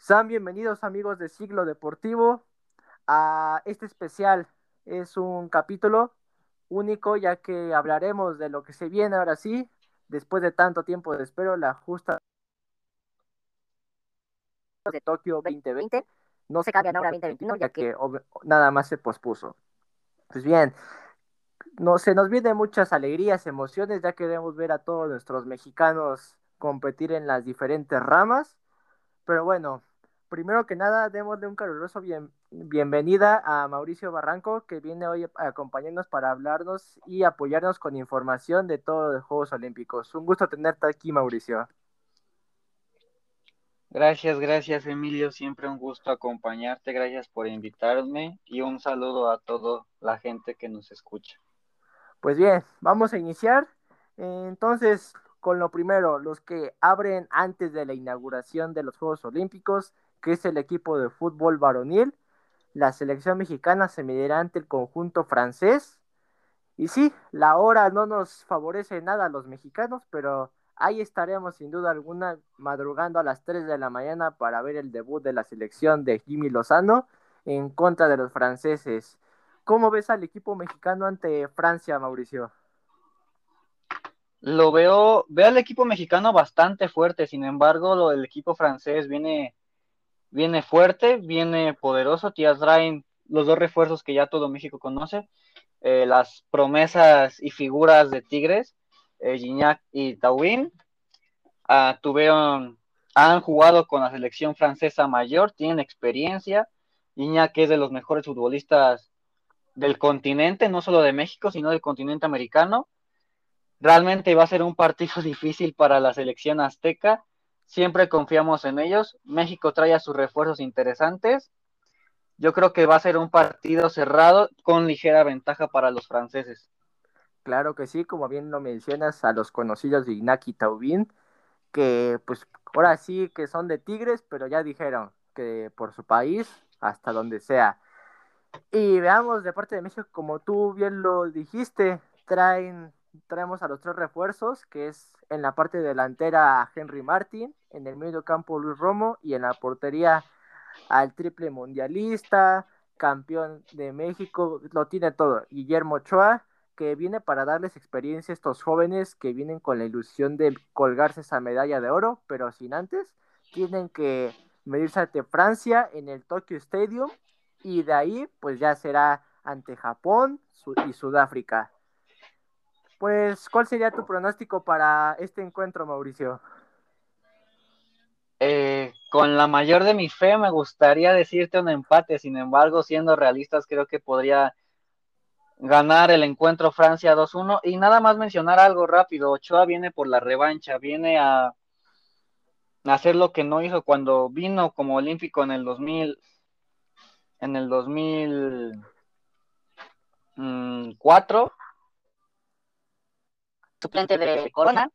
Sean bienvenidos amigos de Siglo Deportivo a este especial. Es un capítulo único ya que hablaremos de lo que se viene ahora sí, después de tanto tiempo de espero, la justa de Tokio 2020. No se cambia ahora 2021 ya que nada más se pospuso. Pues bien, no, se nos vienen muchas alegrías, emociones, ya queremos ver a todos nuestros mexicanos competir en las diferentes ramas. Pero bueno, primero que nada, démosle un caluroso bienvenida a Mauricio Barranco, que viene hoy a acompañarnos para hablarnos y apoyarnos con información de todos los Juegos Olímpicos. Un gusto tenerte aquí, Mauricio. Gracias, Emilio. Siempre un gusto acompañarte. Gracias por invitarme y un saludo a toda la gente que nos escucha. Pues bien, vamos a iniciar. Entonces, con lo primero, los que abren antes de la inauguración de los Juegos Olímpicos, que es el equipo de fútbol varonil. La selección mexicana se medirá ante el conjunto francés. Y sí, la hora no nos favorece nada a los mexicanos, pero ahí estaremos sin duda alguna madrugando a las 3 de la mañana para ver el debut de la selección de Jimmy Lozano en contra de los franceses. ¿Cómo ves al equipo mexicano ante Francia, Mauricio? Veo al equipo mexicano bastante fuerte. Sin embargo, el equipo francés viene fuerte, viene poderoso. Ya traen los dos refuerzos que ya todo México conoce, las promesas y figuras de Tigres, Gignac y Thauvin. Tuvieron, han jugado con la selección francesa mayor, tienen experiencia. Gignac es de los mejores futbolistas del continente, no solo de México, sino del continente americano. Realmente va a ser un partido difícil para la selección azteca. Siempre confiamos en ellos. México trae a sus refuerzos interesantes. Yo creo que va a ser un partido cerrado con ligera ventaja para los franceses. Claro que sí, como bien lo mencionas, a los conocidos de Inaki Taubín, que pues ahora sí que son de Tigres, pero ya dijeron que por su país, hasta donde sea. Y veamos de parte de México, como tú bien lo dijiste, traemos a los tres refuerzos, que es en la parte delantera a Henry Martin, en el medio campo Luis Romo y en la portería al triple mundialista, campeón de México, lo tiene todo, Guillermo Ochoa, que viene para darles experiencia a estos jóvenes que vienen con la ilusión de colgarse esa medalla de oro, pero sin antes, tienen que medirse ante Francia en el Tokyo Stadium y de ahí pues ya será ante Japón y Sudáfrica. Pues, ¿cuál sería tu pronóstico para este encuentro, Mauricio? Con la mayor de mi fe me gustaría decirte un empate, sin embargo, siendo realistas, creo que podría ganar el encuentro Francia 2-1. Y nada más mencionar algo rápido, Ochoa viene por la revancha, viene a hacer lo que no hizo cuando vino como olímpico en el 2004, suplente de Corona,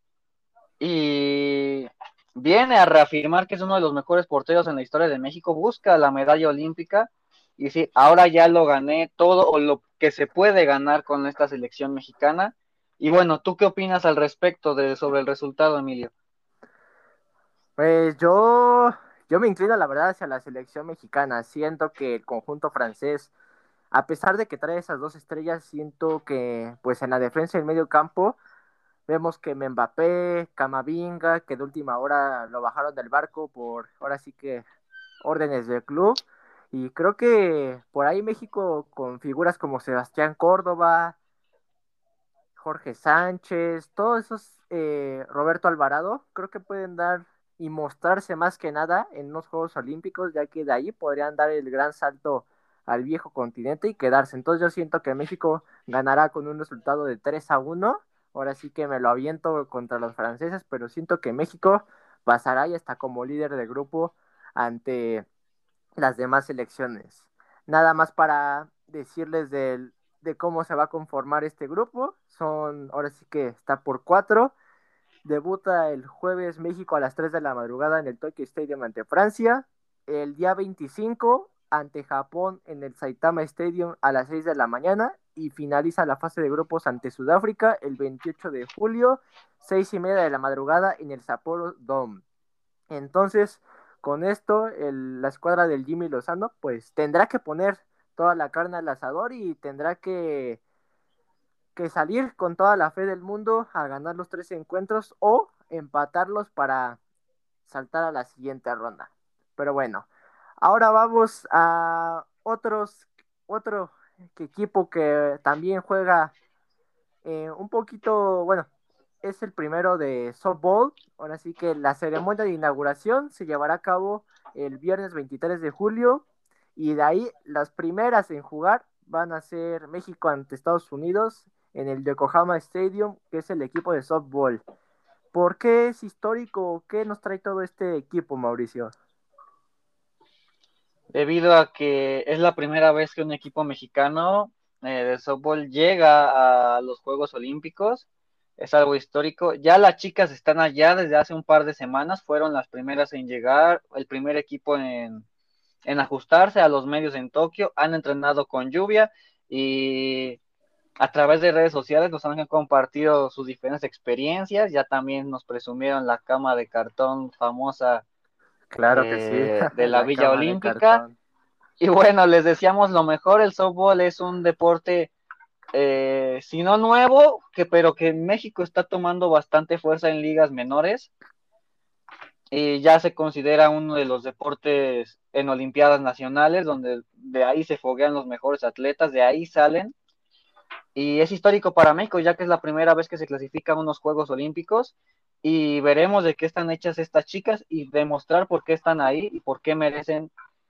y viene a reafirmar que es uno de los mejores porteros en la historia de México, busca la medalla olímpica y sí, ahora ya lo gané todo o lo que se puede ganar con esta selección mexicana. Y bueno, ¿tú qué opinas al respecto sobre el resultado, Emilio? Pues yo me inclino, la verdad, hacia la selección mexicana. Siento que el conjunto francés, a pesar de que trae esas dos estrellas, siento que, pues en la defensa y el medio campo, vemos que Mbappé, Camavinga, que de última hora lo bajaron del barco por, ahora sí que, órdenes del club. Y creo que por ahí México, con figuras como Sebastián Córdoba, Jorge Sánchez, todos esos, Roberto Alvarado, creo que pueden dar y mostrarse más que nada en unos Juegos Olímpicos, ya que de ahí podrían dar el gran salto al viejo continente y quedarse. Entonces yo siento que México ganará con un resultado de 3-1. Ahora sí que me lo aviento contra los franceses, pero siento que México pasará y está como líder de grupo ante las demás selecciones. Nada más para decirles de cómo se va a conformar este grupo. Ahora sí que está por cuatro. Debuta el jueves México a las 3 de la madrugada en el Tokyo Stadium ante Francia. El día 25 ante Japón en el Saitama Stadium a las 6 de la mañana. Y finaliza la fase de grupos ante Sudáfrica el 28 de julio, 6:30 de la madrugada en el Sapporo Dome. Entonces, con esto la escuadra del Jimmy Lozano pues tendrá que poner toda la carne al asador y tendrá que salir con toda la fe del mundo a ganar los 3 encuentros o empatarlos para saltar a la siguiente ronda. Pero bueno, ahora vamos a otro equipo que también juega un poquito, bueno, es el primero de softball. Ahora sí que la ceremonia de inauguración se llevará a cabo el viernes 23 de julio y de ahí las primeras en jugar van a ser México ante Estados Unidos en el Yokohama Stadium, que es el equipo de softball. ¿Por qué es histórico? ¿Qué nos trae todo este equipo, Mauricio? Debido a que es la primera vez que un equipo mexicano de softball llega a los Juegos Olímpicos. Es algo histórico. Ya las chicas están allá desde hace un par de semanas, fueron las primeras en llegar, el primer equipo en ajustarse a los medios en Tokio, han entrenado con lluvia y a través de redes sociales nos han compartido sus diferentes experiencias, ya también nos presumieron la cama de cartón famosa Claro que sí, de la la Villa cama de Olímpica. cartón. Y bueno, les decíamos lo mejor, el softball es un deporte, si no nuevo, pero que en México está tomando bastante fuerza en ligas menores. Y ya se considera uno de los deportes en Olimpiadas Nacionales, donde de ahí se foguean los mejores atletas, de ahí salen. Y es histórico para México, ya que es la primera vez que se clasifican unos Juegos Olímpicos. Y veremos de qué están hechas estas chicas y demostrar por qué están ahí y por qué merecen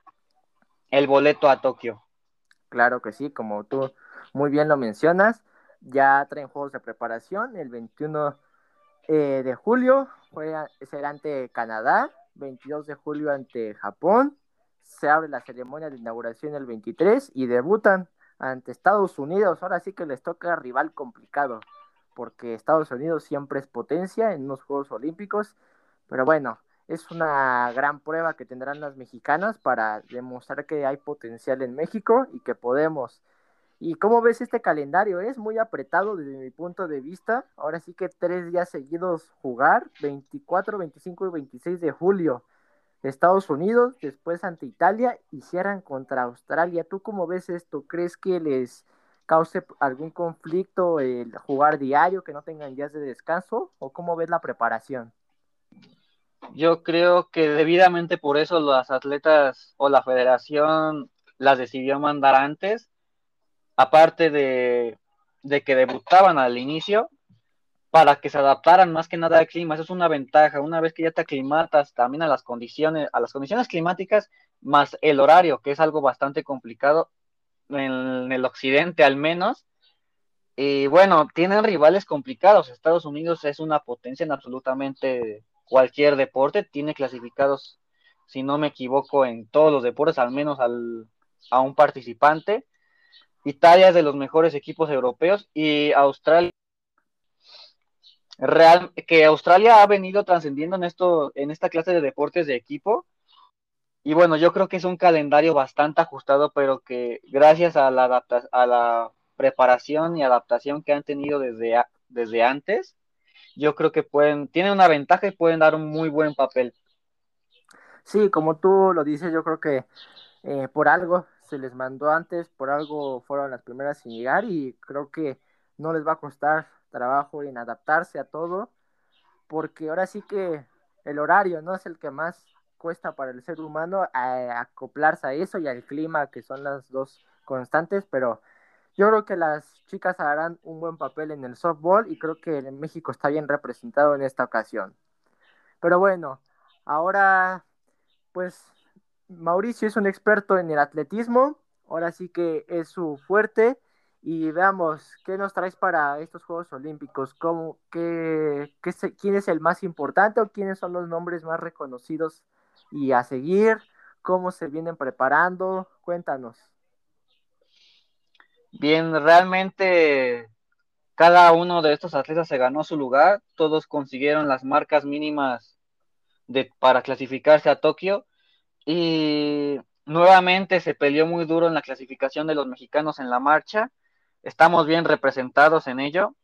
el boleto a Tokio. Claro que sí, como tú muy bien lo mencionas, ya traen juegos de preparación. El 21 de julio será ante Canadá, 22 de julio ante Japón, se abre la ceremonia de inauguración el 23 y debutan ante Estados Unidos. Ahora sí que les toca rival complicado, porque Estados Unidos siempre es potencia en unos Juegos Olímpicos, pero bueno, es una gran prueba que tendrán las mexicanas para demostrar que hay potencial en México y que podemos. ¿Y cómo ves este calendario? Es muy apretado desde mi punto de vista. Ahora sí que 3 días seguidos jugar, 24, 25 y 26 de julio. Estados Unidos, después ante Italia y cierran contra Australia. ¿Tú cómo ves esto? ¿Crees que les cause algún conflicto el jugar diario, que no tengan días de descanso? ¿O cómo ves la preparación? Yo creo que debidamente por eso las atletas o la federación las decidió mandar antes, aparte de que debutaban al inicio, para que se adaptaran más que nada al clima. Eso es una ventaja. Una vez que ya te aclimatas también a las condiciones climáticas, más el horario, que es algo bastante complicado en el occidente al menos. Y bueno, tienen rivales complicados. Estados Unidos es una potencia en absolutamente cualquier deporte. Tiene clasificados, si no me equivoco, en todos los deportes, al menos a un participante. Italia es de los mejores equipos europeos y Australia que Australia ha venido trascendiendo en esta clase de deportes de equipo. Y bueno, yo creo que es un calendario bastante ajustado, pero que gracias a a la preparación y adaptación que han tenido desde antes, yo creo que tienen una ventaja y pueden dar un muy buen papel. Sí, como tú lo dices, yo creo que por algo se les mandó antes, por algo fueron las primeras en llegar y creo que no les va a costar trabajo en adaptarse a todo, porque ahora sí que el horario no es el que más cuesta para el ser humano acoplarse a eso y al clima, que son las dos constantes, pero yo creo que las chicas harán un buen papel en el softball y creo que México está bien representado en esta ocasión. Pero bueno, ahora pues Mauricio es un experto en el atletismo, ahora sí que es su fuerte y veamos qué nos traes para estos Juegos Olímpicos, quién es el más importante o quiénes son los nombres más reconocidos y a seguir, cómo se vienen preparando, cuéntanos. Bien, realmente cada uno de estos atletas se ganó su lugar, todos consiguieron las marcas mínimas para clasificarse a Tokio. Y nuevamente se peleó muy duro en la clasificación de los mexicanos en la marcha. Estamos bien representados en ello.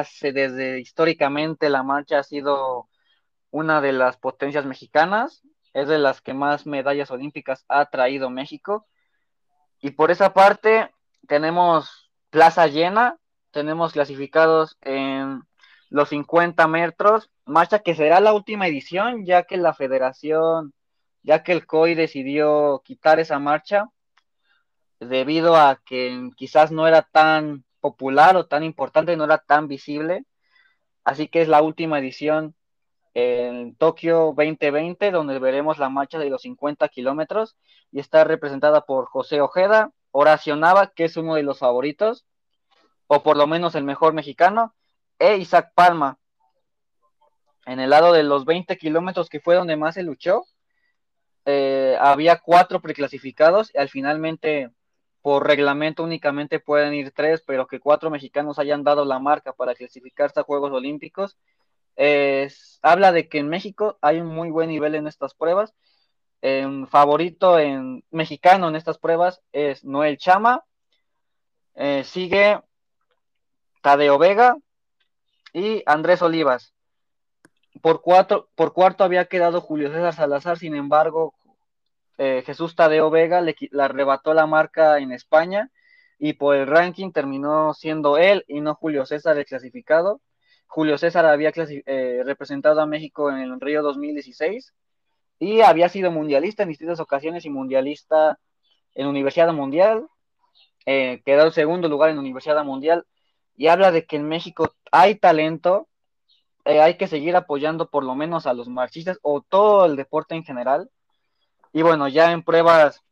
Desde históricamente la marcha ha sido una de las potencias mexicanas. es de las que más medallas olímpicas ha traído México. Y por esa parte tenemos plaza llena, tenemos clasificados en los 50 metros, marcha que será la última edición, ya que la federación, ya que el COI decidió quitar esa marcha debido a que quizás no era tan popular o tan importante, no era tan visible. Así que es la última edición en Tokio 2020, donde veremos la marcha de los 50 kilómetros y está representada por José Ojeda, Horacio Nava, que es uno de los favoritos, o por lo menos el mejor mexicano, e Isaac Palma. En el lado de los 20 kilómetros, que fue donde más se luchó, había 4 preclasificados y al finalmente por reglamento únicamente pueden ir 3, pero que 4 mexicanos hayan dado la marca para clasificarse a Juegos Olímpicos, habla de que en México hay un muy buen nivel en estas pruebas. Favorito en mexicano en estas pruebas es Noel Chama, sigue Tadeo Vega y Andrés Olivas. Por cuarto había quedado Julio César Salazar, sin embargo, Jesús Tadeo Vega le arrebató la marca en España y por el ranking terminó siendo él y no Julio César el clasificado. Julio César había representado a México en el Río 2016 y había sido mundialista en distintas ocasiones y mundialista en Universidad Mundial, quedó en segundo lugar en Universidad Mundial y habla de que en México hay talento, hay que seguir apoyando por lo menos a los marchistas o todo el deporte en general. Y bueno, ya en pruebas,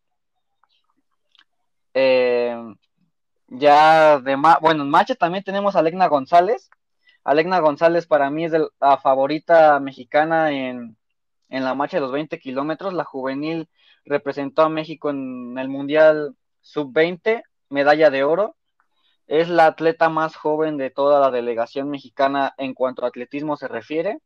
eh, bueno, en marcha también tenemos a Alegna González. Alegna González para mí es la favorita mexicana en la marcha de los 20 kilómetros. La juvenil representó a México en el Mundial Sub-20, medalla de oro. Es la atleta más joven de toda la delegación mexicana en cuanto a atletismo se refiere.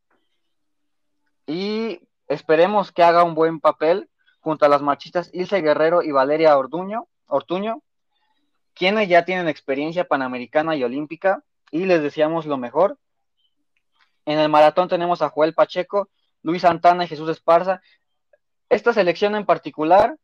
Y esperemos que haga un buen papel junto a las marchistas Ilse Guerrero y Valeria Ortuño, quienes ya tienen experiencia panamericana y olímpica, y les deseamos lo mejor. En el maratón tenemos a Joel Pacheco, Luis Santana y Jesús Esparza. Esta selección en particular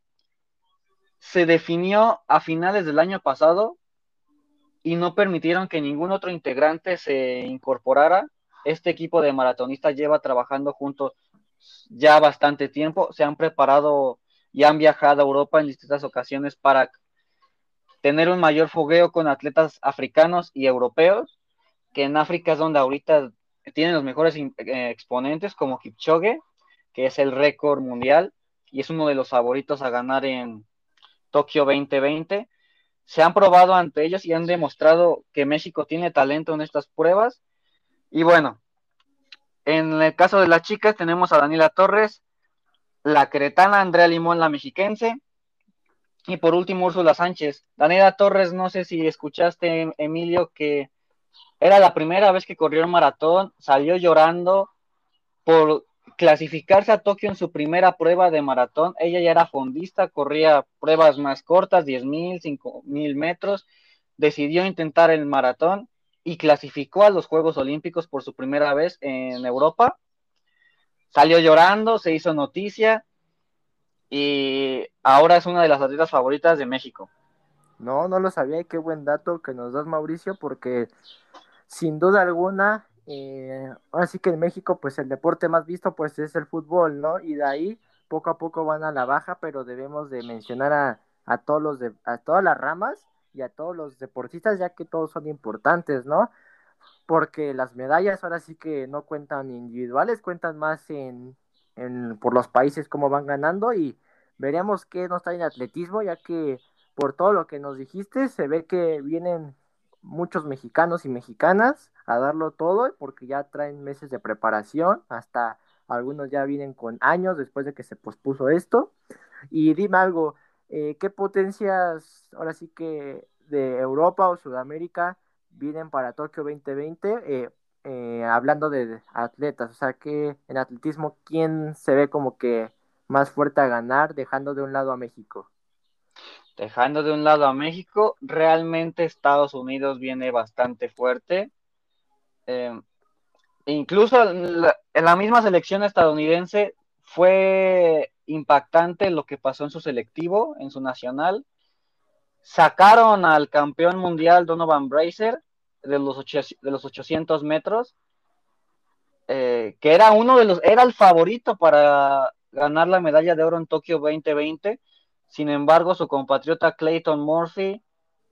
se definió a finales del año pasado y no permitieron que ningún otro integrante se incorporara. Este equipo de maratonistas lleva trabajando juntos ya bastante tiempo, se han preparado y han viajado a Europa en distintas ocasiones para tener un mayor fogueo con atletas africanos y europeos, que en África es donde ahorita tienen los mejores exponentes como Kipchoge, que es el récord mundial y es uno de los favoritos a ganar en Tokio 2020. Se han probado ante ellos y han demostrado que México tiene talento en estas pruebas. Y bueno, en el caso de las chicas tenemos a Daniela Torres, la queretana, Andrea Limón, la mexiquense, y por último Úrsula Sánchez. Daniela Torres, no sé si escuchaste, Emilio, que era la primera vez que corrió el maratón, salió llorando por clasificarse a Tokio en su primera prueba de maratón. Ella ya era fondista, corría pruebas más cortas, 10,000, 5,000 metros, decidió intentar el maratón y clasificó a los Juegos Olímpicos por su primera vez en Europa. Salió llorando, se hizo noticia y ahora es una de las atletas favoritas de México. No, no lo sabía y qué buen dato que nos das, Mauricio, porque sin duda alguna, ahora sí que en México, pues el deporte más visto, pues es el fútbol, ¿no? Y de ahí poco a poco van a la baja, pero debemos de mencionar a todos a todas las ramas y a todos los deportistas, ya que todos son importantes, ¿no? Porque las medallas ahora sí que no cuentan individuales, cuentan más por los países cómo van ganando y veremos qué nos trae en atletismo, ya que por todo lo que nos dijiste, se ve que vienen muchos mexicanos y mexicanas a darlo todo, porque ya traen meses de preparación, hasta algunos ya vienen con años después de que se pospuso esto. Y dime algo, ¿qué potencias ahora sí que de Europa o Sudamérica vienen para Tokio 2020? Hablando de atletas, o sea que en atletismo, ¿quién se ve como que más fuerte a ganar, dejando de un lado a México? Dejando de un lado a México, realmente Estados Unidos viene bastante fuerte. Incluso en la misma selección estadounidense fue impactante lo que pasó en su selectivo, en su nacional. Sacaron al campeón mundial Donovan Brazier de los 800 metros, que era era el favorito para ganar la medalla de oro en Tokio 2020. Sin embargo, su compatriota Clayton Murphy,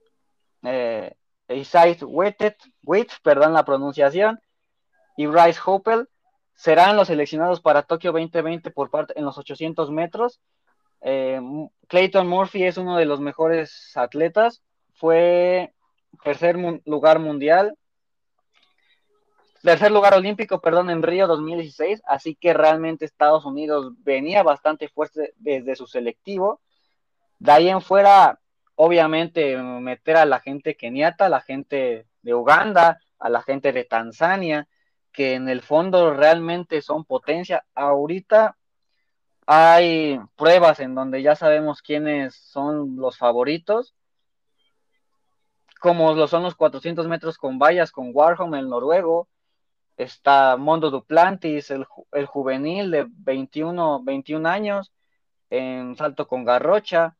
Isaiah Witt, perdón la pronunciación, y Bryce Hoppel serán los seleccionados para Tokio 2020 por parte en los 800 metros. Clayton Murphy es uno de los mejores atletas, fue lugar mundial, tercer lugar olímpico, perdón, en Río 2016, así que realmente Estados Unidos venía bastante fuerte desde su selectivo. De ahí en fuera, obviamente, meter a la gente keniata, a la gente de Uganda, a la gente de Tanzania, que en el fondo realmente son potencia. Ahorita hay pruebas en donde ya sabemos quiénes son los favoritos, como lo son los 400 metros con vallas con Warholm, el noruego. Está Mondo Duplantis, el juvenil de 21 años, en salto con garrocha.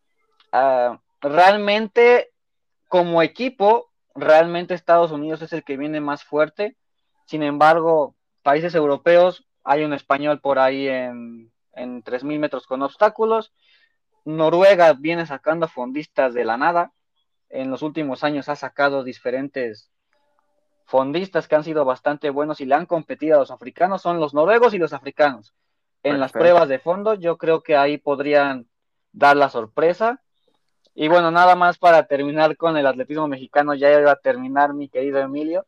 Realmente, como equipo, realmente Estados Unidos es el que viene más fuerte. Sin embargo, países europeos, hay un español por ahí en 3000 metros con obstáculos. Noruega viene sacando fondistas de la nada. En los últimos años ha sacado diferentes fondistas que han sido bastante buenos y le han competido a los africanos. Son los noruegos y los africanos. En las Perfecto. pruebas de fondo, yo creo que ahí podrían dar la sorpresa. Y bueno, nada más para terminar con el atletismo mexicano, ya iba a terminar mi querido Emilio.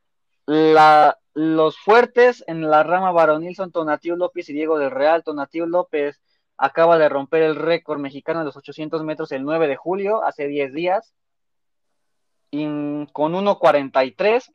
Los fuertes en la rama varonil son Tonatiu López y Diego del Real. Tonatiu López acaba de romper el récord mexicano de los 800 metros el 9 de julio, hace 10 días, y con 1:43,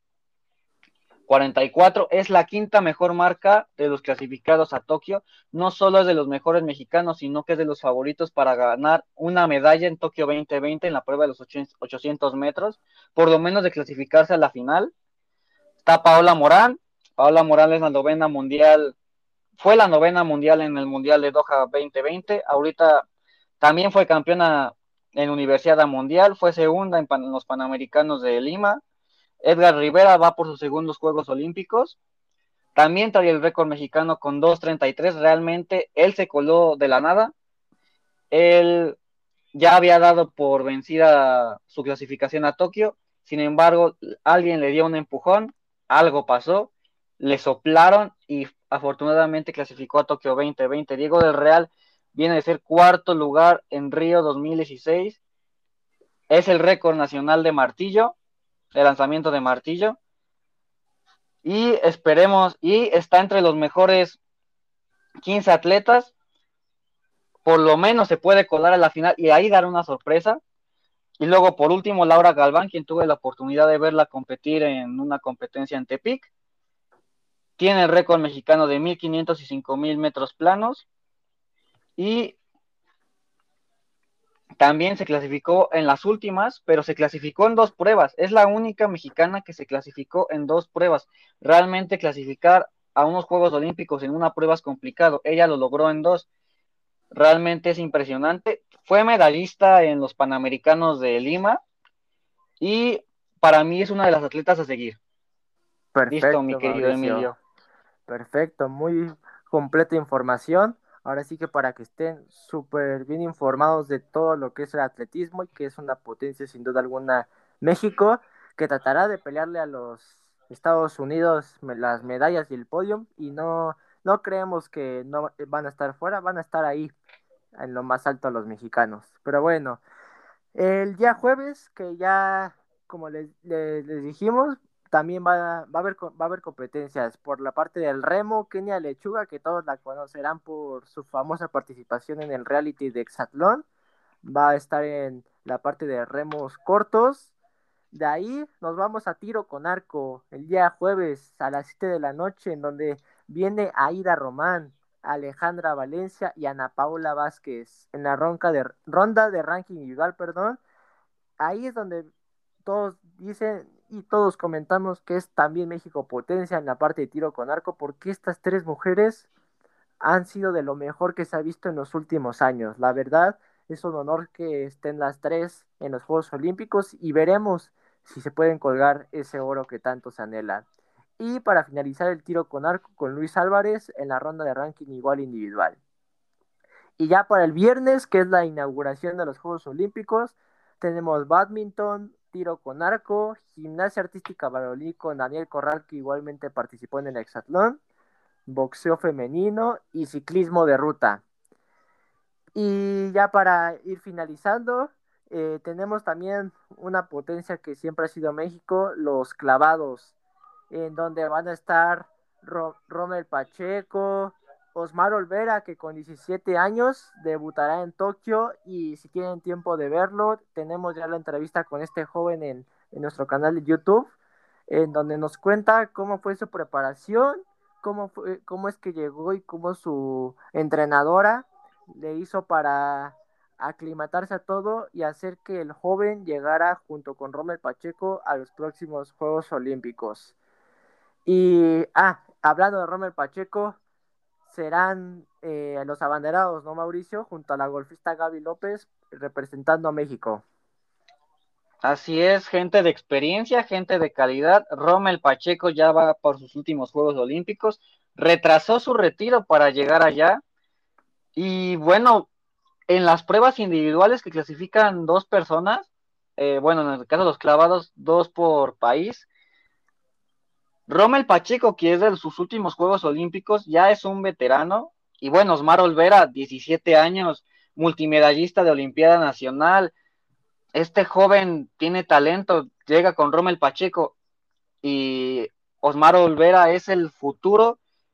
44, es la quinta mejor marca de los clasificados a Tokio. No solo es de los mejores mexicanos, sino que es de los favoritos para ganar una medalla en Tokio 2020 en la prueba de los 800 metros, por lo menos de clasificarse a la final. Está Paola Morán. Paola Morán es la novena mundial, fue la novena mundial en el Mundial de Doha 2020. Ahorita también fue campeona en Universidad Mundial, fue segunda en los Panamericanos de Lima. Edgar Rivera va por sus segundos Juegos Olímpicos. También trae el récord mexicano con 2:33. Realmente él se coló de la nada. Él ya había dado por vencida su clasificación a Tokio. Sin embargo, alguien le dio un empujón, algo pasó, le soplaron y afortunadamente clasificó a Tokio 2020. Diego del Real viene de ser cuarto lugar en Río 2016. Es el récord nacional de martillo, de lanzamiento de martillo. Y esperemos, y está entre los mejores 15 atletas. Por lo menos se puede colar a la final y ahí dar una sorpresa. Y luego, por último, Laura Galván, quien tuve la oportunidad de verla competir en una competencia en Tepic. Tiene el récord mexicano de 1500 y 5000 metros planos. Y también se clasificó en las últimas, pero se clasificó en 2 pruebas. Es la única mexicana que se clasificó en 2 pruebas. Realmente clasificar a unos Juegos Olímpicos en una prueba es complicado. Ella lo logró en 2. Realmente es impresionante. Fue medallista en los Panamericanos de Lima y para mí es una de las atletas a seguir. Listo, mi Perfecto, querido Mauricio. Emilio. Perfecto, muy completa información. Ahora sí que para que estén súper bien informados de todo lo que es el atletismo y que es una potencia sin duda alguna México, que tratará de pelearle a los Estados Unidos las medallas y el podio y no creemos que no van a estar fuera, van a estar ahí en lo más alto los mexicanos. Pero bueno, el día jueves, que ya, como les dijimos, también va a haber competencias por la parte del remo. Kenia Lechuga, que todos la conocerán por su famosa participación en el reality de Exatlón, va a estar en la parte de remos cortos. De ahí nos vamos a tiro con arco el día jueves a las 7 de la noche, en donde viene Aida Román, Alejandra Valencia y Ana Paula Vázquez en la ronda de ranking individual, perdón. Ahí es donde todos dicen y todos comentamos que es también México potencia en la parte de tiro con arco, porque estas tres mujeres han sido de lo mejor que se ha visto en los últimos años. La verdad, es un honor que estén las tres en los Juegos Olímpicos y veremos si se pueden colgar ese oro que tanto se anhela. Y para finalizar el tiro con arco con Luis Álvarez en la ronda de ranking igual individual. Y ya para el viernes, que es la inauguración de los Juegos Olímpicos, tenemos bádminton, tiro con arco, gimnasia artística varonil con Daniel Corral, que igualmente participó en el hexatlón, boxeo femenino y ciclismo de ruta. Y ya para ir finalizando, tenemos también una potencia que siempre ha sido México, los clavados, en donde van a estar Rommel Pacheco, Osmar Olvera, que con 17 años debutará en Tokio, y si tienen tiempo de verlo, tenemos ya la entrevista con este joven en nuestro canal de YouTube, en donde nos cuenta cómo fue su preparación, cómo es que llegó y cómo su entrenadora le hizo para aclimatarse a todo y hacer que el joven llegara junto con Rommel Pacheco a los próximos Juegos Olímpicos. Y, hablando de Rommel Pacheco, serán los abanderados, ¿no, Mauricio? Junto a la golfista Gaby López, representando a México. Así es, gente de experiencia, gente de calidad. Rommel Pacheco ya va por sus últimos Juegos Olímpicos, retrasó su retiro para llegar allá. Y bueno, en las pruebas individuales que clasifican dos personas, bueno, en el caso de los clavados, dos por país, Rommel Pacheco, que es de sus últimos Juegos Olímpicos, ya es un veterano. Y bueno, Osmar Olvera, 17 años, multimedallista de Olimpiada Nacional. Este joven tiene talento, llega con Rommel Pacheco y Osmar Olvera es el futuro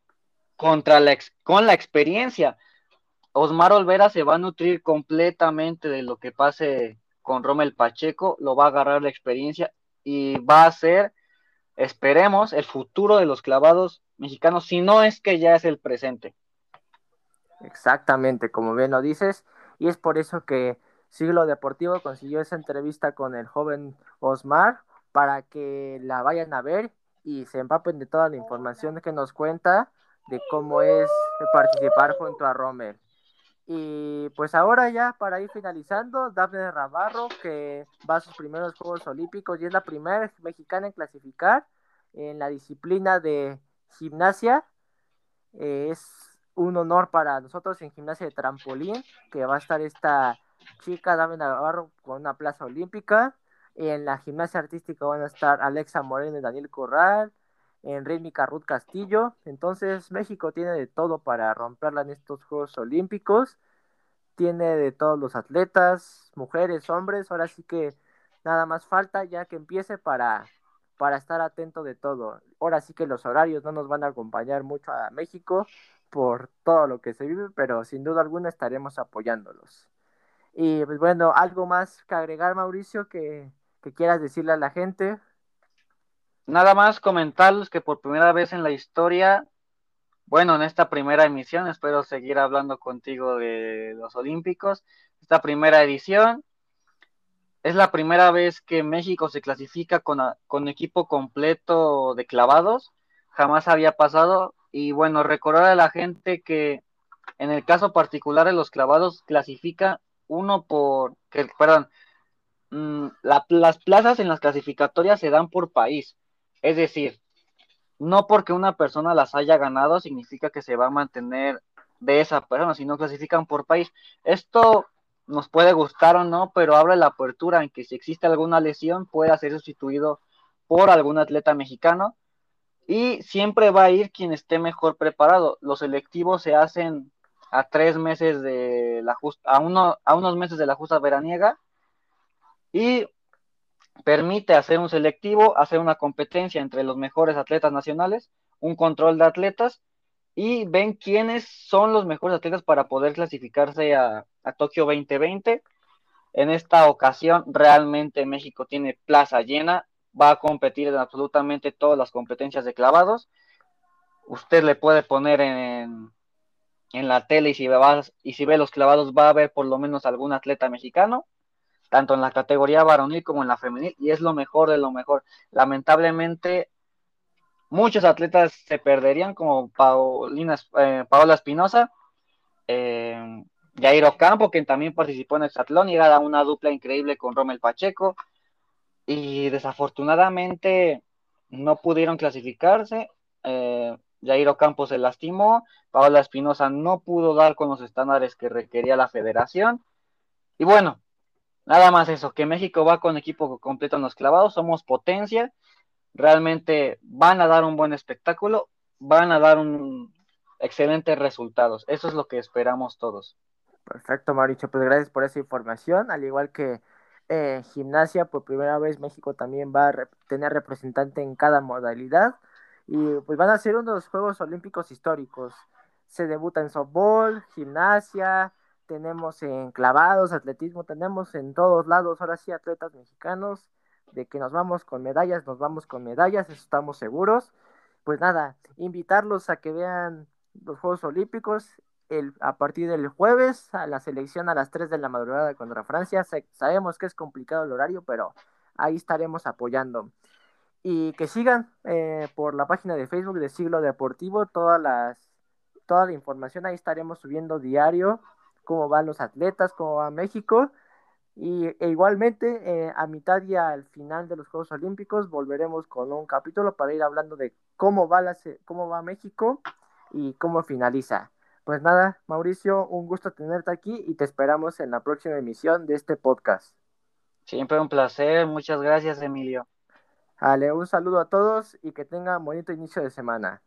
con la experiencia. Osmar Olvera se va a nutrir completamente de lo que pase con Rommel Pacheco, lo va a agarrar la experiencia y va a ser, esperemos, el futuro de los clavados mexicanos, si no es que ya es el presente. Exactamente, como bien lo dices, y es por eso que Siglo Deportivo consiguió esa entrevista con el joven Osmar para que la vayan a ver y se empapen de toda la información que nos cuenta de cómo es participar junto a Rommel. Y pues ahora ya para ir finalizando, Dafne Navarro, que va a sus primeros Juegos Olímpicos y es la primera mexicana en clasificar en la disciplina de gimnasia. Es un honor para nosotros en gimnasia de trampolín, que va a estar esta chica, Dafne Navarro, con una plaza olímpica. En la gimnasia artística van a estar Alexa Moreno y Daniel Corral. En rítmica Ruth Castillo. Entonces México tiene de todo para romperla en estos Juegos Olímpicos, tiene de todos los atletas, mujeres, hombres, ahora sí que nada más falta ya que empiece para estar atento de todo. Ahora sí que los horarios no nos van a acompañar mucho a México por todo lo que se vive, pero sin duda alguna estaremos apoyándolos. Y pues bueno, algo más que agregar, Mauricio, que quieras decirle a la gente. Nada más comentarles que por primera vez en la historia, bueno, en esta primera emisión, espero seguir hablando contigo de los Olímpicos, esta primera edición, es la primera vez que México se clasifica con equipo completo de clavados, jamás había pasado, y bueno, recordar a la gente que en el caso particular de los clavados clasifica uno perdón, las plazas en las clasificatorias se dan por país, es decir, no porque una persona las haya ganado significa que se va a mantener de esa persona, sino clasifican por país. Esto nos puede gustar o no, pero abre la apertura en que si existe alguna lesión pueda ser sustituido por algún atleta mexicano y siempre va a ir quien esté mejor preparado. Los selectivos se hacen a 3 meses de la a unos meses de la justa veraniega y permite hacer un selectivo, hacer una competencia entre los mejores atletas nacionales, un control de atletas y ven quiénes son los mejores atletas para poder clasificarse a Tokio 2020. En esta ocasión realmente México tiene plaza llena, va a competir en absolutamente todas las competencias de clavados. Usted le puede poner en la tele y si ve los clavados va a ver por lo menos algún atleta mexicano tanto en la categoría varonil como en la femenil, y es lo mejor de lo mejor. Lamentablemente, muchos atletas se perderían, como Paola Espinosa, Jair Ocampo, que también participó en el hexatlón y era una dupla increíble con Rommel Pacheco, y desafortunadamente no pudieron clasificarse. Jair Ocampo se lastimó, Paola Espinosa no pudo dar con los estándares que requería la federación, y bueno, nada más eso, que México va con equipo completo en los clavados, somos potencia, realmente van a dar un buen espectáculo, van a dar un excelentes resultados. Eso es lo que esperamos todos. Perfecto, Mauricio, pues gracias por esa información. Al igual que gimnasia, por primera vez México también va a tener representante en cada modalidad y pues van a ser unos Juegos Olímpicos históricos. Se debuta en softball, gimnasia, tenemos en clavados, atletismo, tenemos en todos lados, ahora sí, atletas mexicanos, de que nos vamos con medallas, eso estamos seguros. Pues nada, invitarlos a que vean los Juegos Olímpicos a partir del jueves a la selección a las 3 de la madrugada contra Francia. Sabemos que es complicado el horario, pero ahí estaremos apoyando. Y que sigan por la página de Facebook de Siglo Deportivo toda la información. Ahí estaremos subiendo diario cómo van los atletas, cómo va México. E igualmente, a mitad y al final de los Juegos Olímpicos, volveremos con un capítulo para ir hablando de cómo va México y cómo finaliza. Pues nada, Mauricio, un gusto tenerte aquí y te esperamos en la próxima emisión de este podcast. Siempre un placer, muchas gracias, Emilio. Ale, un saludo a todos y que tengan bonito inicio de semana.